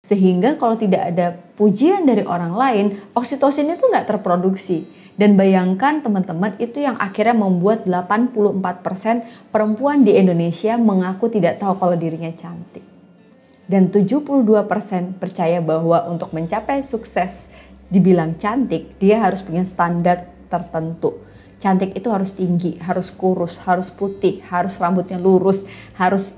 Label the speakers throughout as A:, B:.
A: Sehingga kalau tidak ada pujian dari orang lain, oksitosin itu nggak terproduksi. Dan bayangkan teman-teman, itu yang akhirnya membuat 84% perempuan di Indonesia mengaku tidak tahu kalau dirinya cantik. Dan 72% percaya bahwa untuk mencapai sukses dibilang cantik, dia harus punya standar tertentu. Cantik itu harus tinggi, harus kurus, harus putih, harus rambutnya lurus, harus...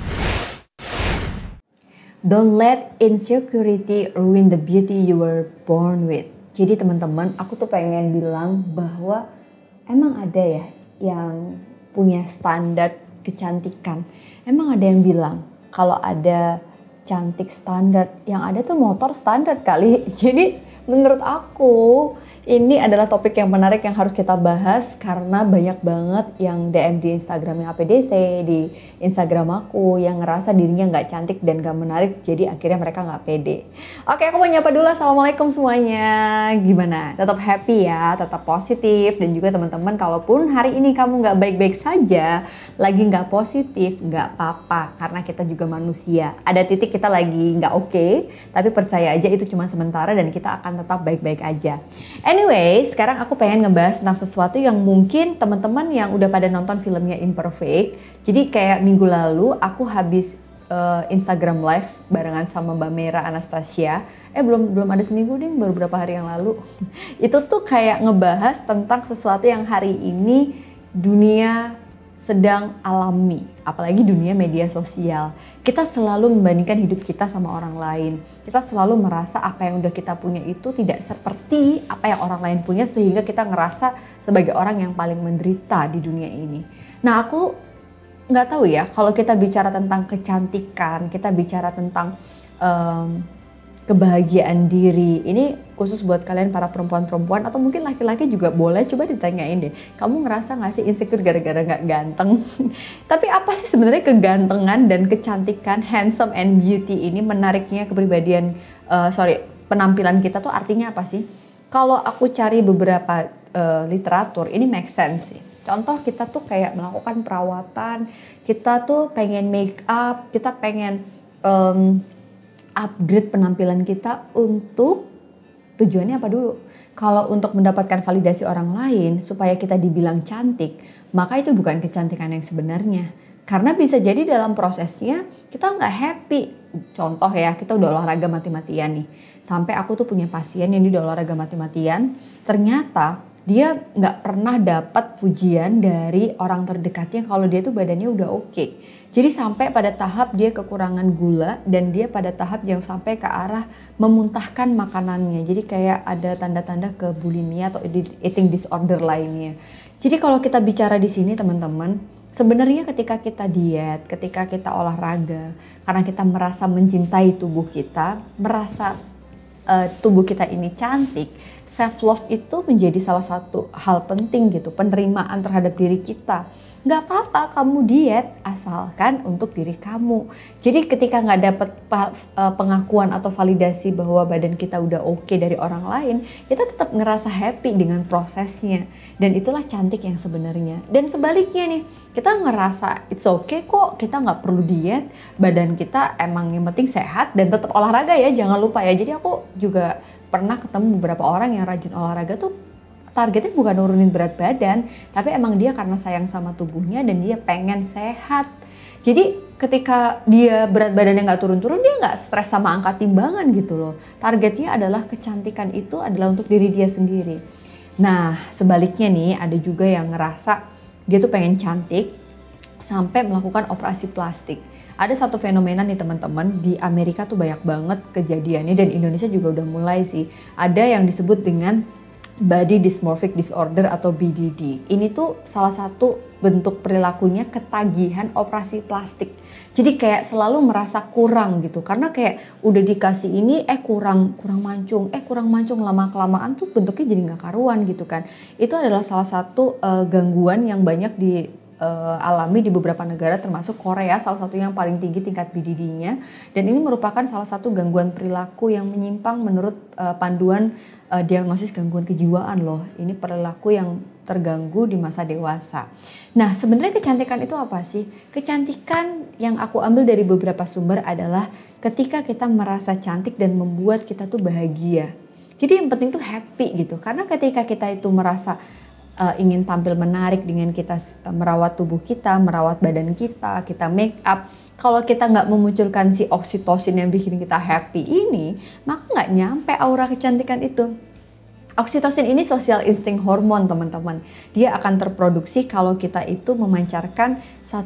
A: Don't let insecurity ruin the beauty you were born with. Jadi teman-teman, aku tuh pengen bilang bahwa emang ada ya yang punya standar kecantikan. Emang ada yang bilang kalau ada cantik standar, yang ada tuh motor standar kali. Jadi menurut aku ini adalah topik yang menarik yang harus kita bahas karena banyak banget yang DM di Instagramnya APDC, di Instagram aku yang ngerasa dirinya nggak cantik dan gak menarik, jadi akhirnya mereka nggak pede. Oke, aku mau nyapa dulu. Assalamualaikum semuanya. Gimana? Tetap happy ya, tetap positif, dan juga teman-teman kalaupun hari ini kamu nggak baik-baik saja, lagi nggak positif, nggak apa-apa karena kita juga manusia. Ada titik kita lagi nggak oke, tapi percaya aja itu cuma sementara dan kita akan tetap baik-baik aja. Anyway, sekarang aku pengen ngebahas tentang sesuatu yang mungkin teman-teman yang udah pada nonton filmnya Imperfect. Jadi kayak minggu lalu aku habis Instagram live barengan sama Mbak Mera Anastasia. Belum ada seminggu deh, baru beberapa hari yang lalu. Itu tuh kayak ngebahas tentang sesuatu yang hari ini dunia sedang alami, apalagi dunia media sosial. Kita selalu membandingkan hidup kita sama orang lain. Kita selalu merasa apa yang udah kita punya itu tidak seperti apa yang orang lain punya, sehingga kita ngerasa sebagai orang yang paling menderita di dunia ini. Nah, aku nggak tahu ya, kalau kita bicara tentang kecantikan, kita bicara tentang kebahagiaan diri, ini khusus buat kalian para perempuan-perempuan atau mungkin laki-laki juga boleh coba ditanyain deh, kamu ngerasa gak sih insecure gara-gara gak ganteng? Tapi apa sih sebenarnya kegantengan dan kecantikan, handsome and beauty ini, menariknya kepribadian, penampilan kita tuh artinya apa sih? Kalau aku cari beberapa literatur, ini make sense sih. Contoh, kita tuh kayak melakukan perawatan, kita tuh pengen make up, kita pengen upgrade penampilan kita untuk tujuannya apa dulu? Kalau untuk mendapatkan validasi orang lain supaya kita dibilang cantik, maka itu bukan kecantikan yang sebenarnya. Karena bisa jadi dalam prosesnya kita nggak happy. Contoh ya, kita udah olahraga mati-matian nih. Sampai aku tuh punya pasien yang dia udah olahraga mati-matian, ternyata dia nggak pernah dapat pujian dari orang terdekatnya kalau dia tuh badannya udah oke. Jadi sampai pada tahap dia kekurangan gula dan dia pada tahap yang sampai ke arah memuntahkan makanannya. Jadi kayak ada tanda-tanda ke bulimia atau eating disorder lainnya. Jadi kalau kita bicara di sini teman-teman, sebenarnya ketika kita diet, ketika kita olahraga, karena kita merasa mencintai tubuh kita, merasa tubuh kita ini cantik, self love itu menjadi salah satu hal penting gitu, penerimaan terhadap diri kita. Gak apa-apa kamu diet asalkan untuk diri kamu. Jadi ketika gak dapat pengakuan atau validasi bahwa badan kita udah oke dari orang lain, kita tetap ngerasa happy dengan prosesnya. Dan itulah cantik yang sebenarnya. Dan sebaliknya nih, kita ngerasa it's okay kok, kita gak perlu diet, badan kita emang yang penting sehat dan tetap olahraga ya, jangan lupa ya. Jadi aku juga pernah ketemu beberapa orang yang rajin olahraga tuh targetnya bukan nurunin berat badan, tapi emang dia karena sayang sama tubuhnya dan dia pengen sehat. Jadi ketika dia berat badannya nggak turun-turun, dia nggak stres sama angka timbangan gitu loh. Targetnya adalah kecantikan itu adalah untuk diri dia sendiri. Nah sebaliknya nih, ada juga yang ngerasa dia tuh pengen cantik sampai melakukan operasi plastik. Ada satu fenomena nih teman-teman, di Amerika tuh banyak banget kejadiannya dan Indonesia juga udah mulai sih. Ada yang disebut dengan body dysmorphic disorder atau BDD. Ini tuh salah satu bentuk perilakunya ketagihan operasi plastik. Jadi kayak selalu merasa kurang gitu. Karena kayak udah dikasih ini kurang mancung, lama-kelamaan tuh bentuknya jadi nggak karuan gitu kan. Itu adalah salah satu gangguan yang banyak alami di beberapa negara termasuk Korea, salah satu yang paling tinggi tingkat BDD-nya, dan ini merupakan salah satu gangguan perilaku yang menyimpang menurut panduan diagnosis gangguan kejiwaan loh. Ini perilaku yang terganggu di masa dewasa. Nah, sebenarnya kecantikan itu apa sih? Kecantikan yang aku ambil dari beberapa sumber adalah ketika kita merasa cantik dan membuat kita tuh bahagia. Jadi yang penting tuh happy gitu. Karena ketika kita itu merasa ingin tampil menarik dengan kita merawat tubuh kita, merawat badan kita, kita make up. Kalau kita nggak memunculkan si oksitosin yang bikin kita happy ini, maka nggak nyampe aura kecantikan itu. Oksitosin ini social instinct hormon teman-teman. Dia akan terproduksi kalau kita itu memancarkan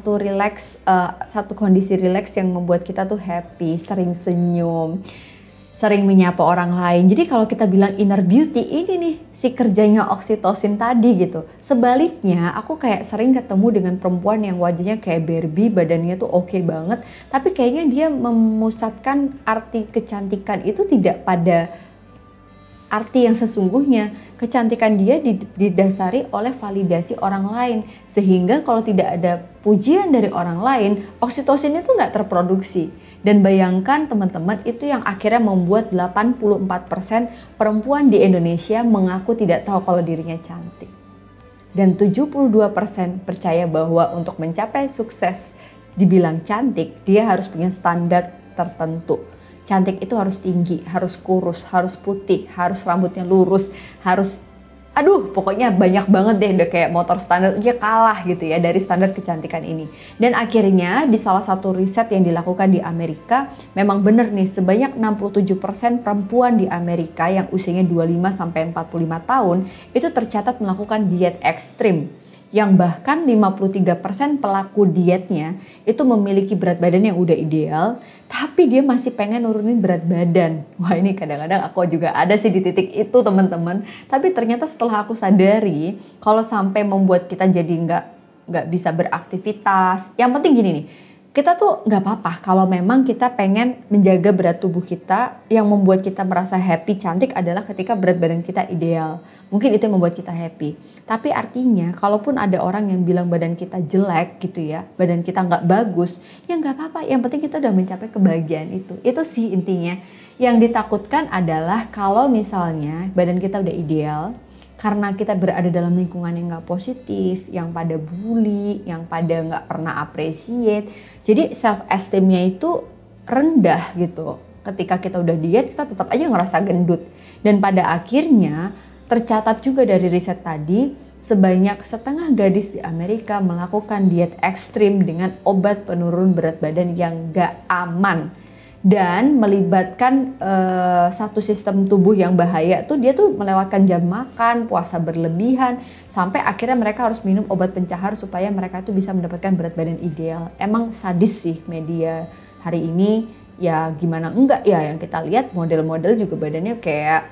A: satu kondisi rileks yang membuat kita tuh happy, sering senyum, sering menyapa orang lain. Jadi kalau kita bilang inner beauty, ini nih si kerjanya oksitosin tadi gitu. Sebaliknya aku kayak sering ketemu dengan perempuan yang wajahnya kayak Barbie, badannya tuh oke banget, tapi kayaknya dia memusatkan arti kecantikan itu tidak pada arti yang sesungguhnya. Kecantikan dia didasari oleh validasi orang lain, sehingga kalau tidak ada pujian dari orang lain, oksitosin itu nggak terproduksi. Dan bayangkan teman-teman, itu yang akhirnya membuat 84% perempuan di Indonesia mengaku tidak tahu kalau dirinya cantik. Dan 72% percaya bahwa untuk mencapai sukses dibilang cantik, dia harus punya standar tertentu. Cantik itu harus tinggi, harus kurus, harus putih, harus rambutnya lurus, harus pokoknya banyak banget deh, udah kayak motor standar aja kalah gitu ya dari standar kecantikan ini. Dan akhirnya di salah satu riset yang dilakukan di Amerika, memang bener nih sebanyak 67% perempuan di Amerika yang usianya 25-45 tahun itu tercatat melakukan diet ekstrim. Yang bahkan 53% pelaku dietnya itu memiliki berat badan yang udah ideal, tapi dia masih pengen nurunin berat badan. Wah, ini kadang-kadang aku juga ada sih di titik itu teman-teman. Tapi ternyata setelah aku sadari, kalau sampai membuat kita jadi nggak bisa beraktivitas, yang penting gini nih, kita tuh nggak apa-apa kalau memang kita pengen menjaga berat tubuh kita. Yang membuat kita merasa happy, cantik adalah ketika berat badan kita ideal. Mungkin itu yang membuat kita happy. Tapi artinya kalaupun ada orang yang bilang badan kita jelek gitu ya, badan kita nggak bagus, ya nggak apa-apa. Yang penting kita udah mencapai kebahagiaan itu. Itu sih intinya. Yang ditakutkan adalah kalau misalnya badan kita udah ideal, karena kita berada dalam lingkungan yang gak positif, yang pada bully, yang pada gak pernah appreciate. Jadi self esteemnya itu rendah gitu. Ketika kita udah diet, kita tetap aja ngerasa gendut. Dan pada akhirnya tercatat juga dari riset tadi, sebanyak setengah gadis di Amerika melakukan diet ekstrim dengan obat penurun berat badan yang gak aman. Dan melibatkan satu sistem tubuh yang bahaya tuh, dia tuh melewatkan jam makan, puasa berlebihan, sampai akhirnya mereka harus minum obat pencahar supaya mereka tuh bisa mendapatkan berat badan ideal. Emang sadis sih media hari ini, ya gimana enggak ya, yang kita lihat model-model juga badannya kayak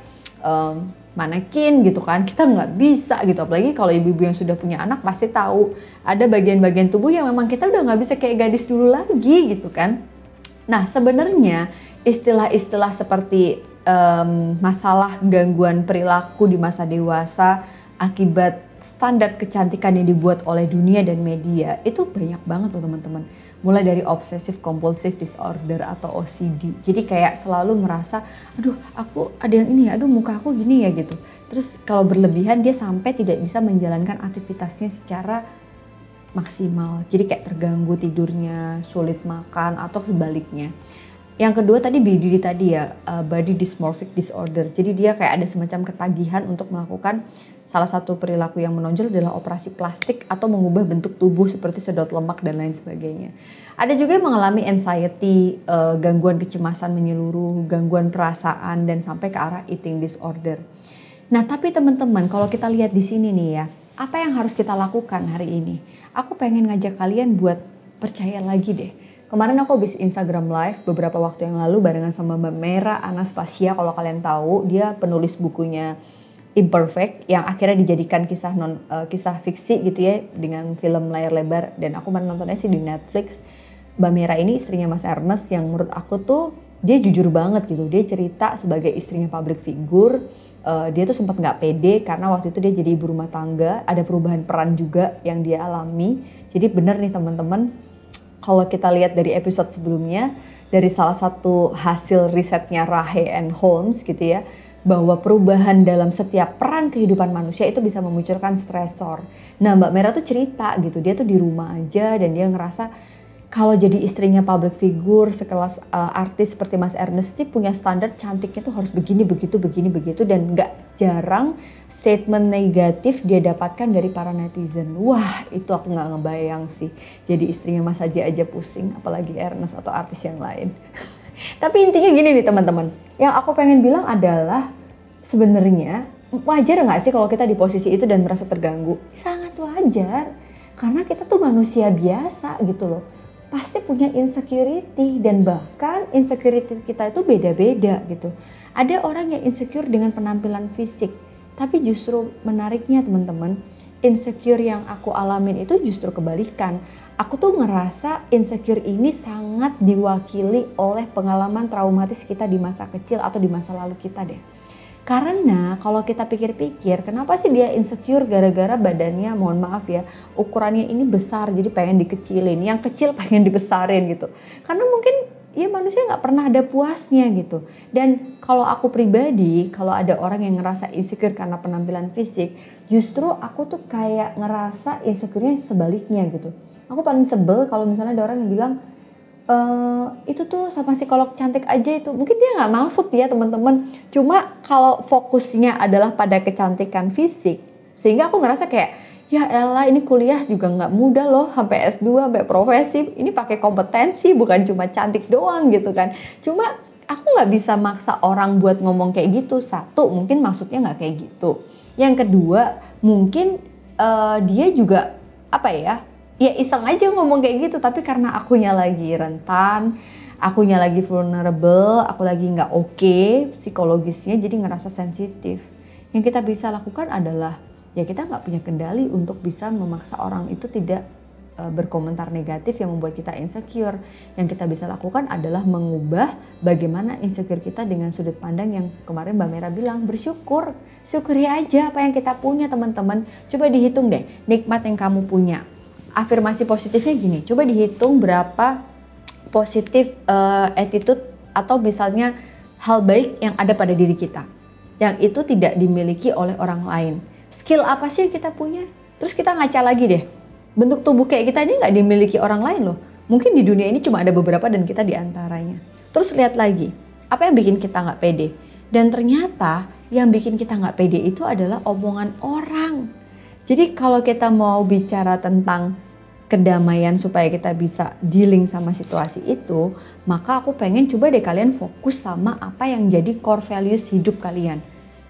A: manekin gitu kan, kita nggak bisa gitu. Apalagi kalau ibu-ibu yang sudah punya anak pasti tahu ada bagian-bagian tubuh yang memang kita udah nggak bisa kayak gadis dulu lagi gitu kan. Nah, sebenarnya istilah-istilah seperti masalah gangguan perilaku di masa dewasa akibat standar kecantikan yang dibuat oleh dunia dan media itu banyak banget loh teman-teman. Mulai dari obsessive compulsive disorder atau OCD. Jadi kayak selalu merasa, aduh aku ada yang ini ya, aduh muka aku gini ya gitu. Terus kalau berlebihan dia sampai tidak bisa menjalankan aktivitasnya secara maksimal. Jadi kayak terganggu tidurnya, sulit makan atau sebaliknya. Yang kedua tadi BDD tadi ya, body dysmorphic disorder. Jadi dia kayak ada semacam ketagihan untuk melakukan salah satu perilaku yang menonjol adalah operasi plastik atau mengubah bentuk tubuh seperti sedot lemak dan lain sebagainya. Ada juga yang mengalami anxiety, gangguan kecemasan menyeluruh, gangguan perasaan dan sampai ke arah eating disorder. Nah, tapi teman-teman kalau kita lihat di sini nih ya, apa yang harus kita lakukan hari ini? Aku pengen ngajak kalian buat percaya lagi deh. Kemarin aku habis Instagram Live beberapa waktu yang lalu barengan sama Mbak Mera Anastasia. Kalau kalian tahu, dia penulis bukunya Imperfect yang akhirnya dijadikan kisah fiksi gitu ya dengan film layar lebar. Dan aku nontonnya sih di Netflix. Mbak Mera ini istrinya Mas Ernest yang menurut aku tuh dia jujur banget gitu. Dia cerita sebagai istrinya public figure, dia tuh sempat nggak pede karena waktu itu dia jadi ibu rumah tangga, ada perubahan peran juga yang dia alami. Jadi bener nih teman-teman, kalau kita lihat dari episode sebelumnya, dari salah satu hasil risetnya Rahe and Holmes gitu ya, bahwa perubahan dalam setiap peran kehidupan manusia itu bisa memunculkan stresor. Nah Mbak Merah tuh cerita gitu, dia tuh di rumah aja dan dia ngerasa kalau jadi istrinya public figure sekelas artis seperti Mas Ernest sih punya standar cantiknya tuh harus begini begitu dan nggak jarang statement negatif dia dapatkan dari para netizen. Wah itu aku nggak ngebayang sih jadi istrinya Mas Haji aja pusing, apalagi Ernest atau artis yang lain. Tapi intinya gini nih teman-teman, yang aku pengen bilang adalah sebenarnya wajar nggak sih kalau kita di posisi itu dan merasa terganggu? Sangat wajar, karena kita tuh manusia biasa gitu loh. Pasti punya insecurity dan bahkan insecurity kita itu beda-beda gitu. Ada orang yang insecure dengan penampilan fisik, tapi justru menariknya teman-teman, insecure yang aku alamin itu justru kebalikan. Aku tuh ngerasa insecure ini sangat diwakili oleh pengalaman traumatis kita di masa kecil atau di masa lalu kita deh. Karena kalau kita pikir-pikir, kenapa sih dia insecure gara-gara badannya, mohon maaf ya, ukurannya ini besar jadi pengen dikecilin, yang kecil pengen dibesarin gitu. Karena mungkin ya manusia nggak pernah ada puasnya gitu. Dan kalau aku pribadi, kalau ada orang yang ngerasa insecure karena penampilan fisik, justru aku tuh kayak ngerasa insecure-nya sebaliknya gitu. Aku paling sebel kalau misalnya ada orang yang bilang, itu tuh sama psikolog cantik aja itu. Mungkin dia nggak maksud ya teman-teman. Cuma kalau fokusnya adalah pada kecantikan fisik, sehingga aku ngerasa kayak, ya elah ini kuliah juga nggak mudah loh, sampai S2, sampai profesi. Ini pakai kompetensi, bukan cuma cantik doang gitu kan. Cuma aku nggak bisa maksa orang buat ngomong kayak gitu. Satu, mungkin maksudnya nggak kayak gitu. Yang kedua, mungkin dia juga apa ya iseng aja ngomong kayak gitu, tapi karena akunya lagi rentan, akunya lagi vulnerable, aku lagi nggak oke psikologisnya, jadi ngerasa sensitif. Yang kita bisa lakukan adalah ya kita nggak punya kendali untuk bisa memaksa orang itu tidak berkomentar negatif yang membuat kita insecure. Yang kita bisa lakukan adalah mengubah bagaimana insecure kita dengan sudut pandang yang kemarin Mbak Mera bilang, bersyukur, syukuri aja apa yang kita punya teman-teman. Coba dihitung deh nikmat yang kamu punya. Afirmasi positifnya gini, coba dihitung berapa positif attitude atau misalnya hal baik yang ada pada diri kita yang itu tidak dimiliki oleh orang lain. Skill apa sih yang kita punya? Terus kita ngaca lagi deh, bentuk tubuh kayak kita ini nggak dimiliki orang lain loh. Mungkin di dunia ini cuma ada beberapa dan kita diantaranya. Terus lihat lagi, apa yang bikin kita nggak pede? Dan ternyata yang bikin kita nggak pede itu adalah omongan orang. Jadi kalau kita mau bicara tentang kedamaian supaya kita bisa dealing sama situasi itu, maka aku pengen coba deh kalian fokus sama apa yang jadi core values hidup kalian.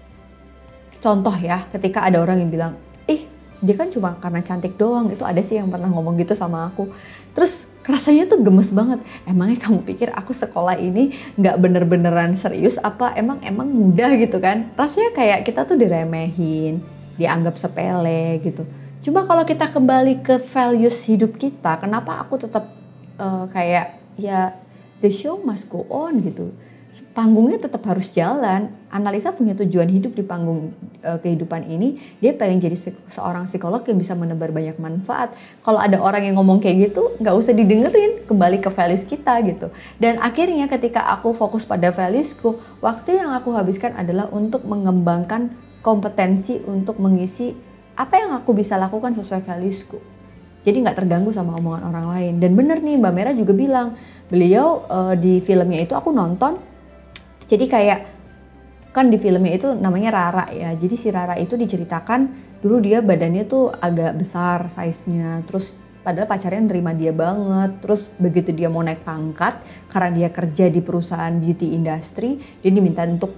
A: Contoh ya, ketika ada orang yang bilang, dia kan cuma karena cantik doang. Itu ada sih yang pernah ngomong gitu sama aku. Terus rasanya tuh gemes banget. Emangnya kamu pikir aku sekolah ini gak bener-beneran serius apa emang mudah gitu kan? Rasanya kayak kita tuh diremehin, dianggap sepele gitu. Cuma kalau kita kembali ke values hidup kita, kenapa aku tetap kayak ya the show must go on gitu. Panggungnya tetap harus jalan. Analisa punya tujuan hidup di panggung kehidupan ini. Dia pengen jadi seorang psikolog yang bisa menebar banyak manfaat. Kalau ada orang yang ngomong kayak gitu, gak usah didengerin. Kembali ke values kita gitu. Dan akhirnya ketika aku fokus pada valuesku, waktu yang aku habiskan adalah untuk mengembangkan kompetensi untuk mengisi apa yang aku bisa lakukan sesuai valuesku. Jadi gak terganggu sama omongan orang lain. Dan bener nih Mbak Mera juga bilang, beliau di filmnya itu aku nonton. Jadi kayak kan di filmnya itu namanya Rara ya. Jadi si Rara itu diceritakan dulu dia badannya tuh agak besar size-nya. Terus padahal pacarnya nerima dia banget. Terus begitu dia mau naik pangkat karena dia kerja di perusahaan beauty industry, dia diminta untuk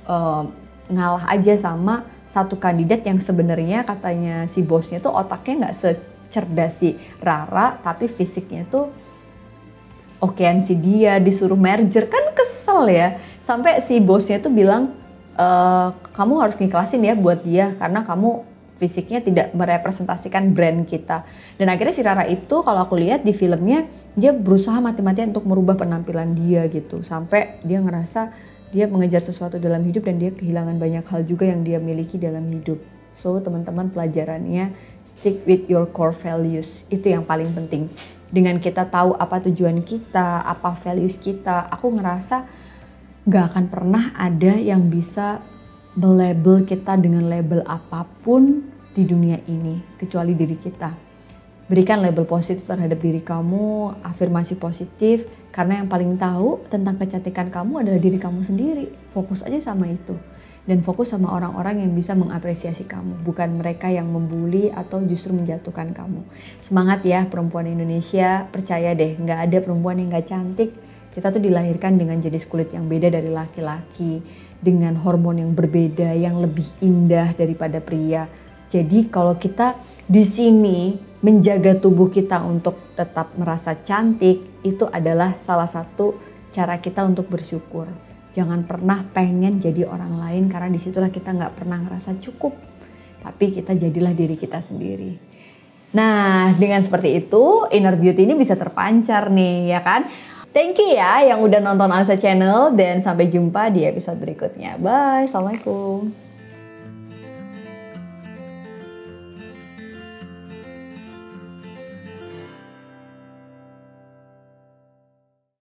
A: ngalah aja sama satu kandidat yang sebenarnya katanya si bosnya tuh otaknya nggak secerdas si Rara, tapi fisiknya tuh okean si dia, disuruh merger kan kesel ya. Sampai si bosnya tuh bilang, kamu harus ngikhlasin ya buat dia karena kamu fisiknya tidak merepresentasikan brand kita. Dan akhirnya si Rara itu kalau aku lihat di filmnya, dia berusaha mati-matian untuk merubah penampilan dia gitu. Sampai dia ngerasa dia mengejar sesuatu dalam hidup dan dia kehilangan banyak hal juga yang dia miliki dalam hidup. So teman-teman, pelajarannya stick with your core values. Itu yang paling penting. Dengan kita tahu apa tujuan kita, apa values kita, aku ngerasa gak akan pernah ada yang bisa melabel kita dengan label apapun di dunia ini kecuali diri kita. Berikan label positif terhadap diri kamu, afirmasi positif, karena yang paling tahu tentang kecantikan kamu adalah diri kamu sendiri. Fokus aja sama itu dan fokus sama orang-orang yang bisa mengapresiasi kamu, bukan mereka yang membuli atau justru menjatuhkan kamu. Semangat ya perempuan Indonesia, percaya deh gak ada perempuan yang gak cantik. Kita tuh dilahirkan dengan jenis kulit yang beda dari laki-laki, dengan hormon yang berbeda, yang lebih indah daripada pria. Jadi kalau kita di sini menjaga tubuh kita untuk tetap merasa cantik, itu adalah salah satu cara kita untuk bersyukur. Jangan pernah pengen jadi orang lain karena disitulah kita nggak pernah ngerasa cukup. Tapi kita jadilah diri kita sendiri. Nah, dengan seperti itu inner beauty ini bisa terpancar nih, ya kan? Thank you ya yang udah nonton Alisa Channel dan sampai jumpa di episode berikutnya. Bye, assalamualaikum.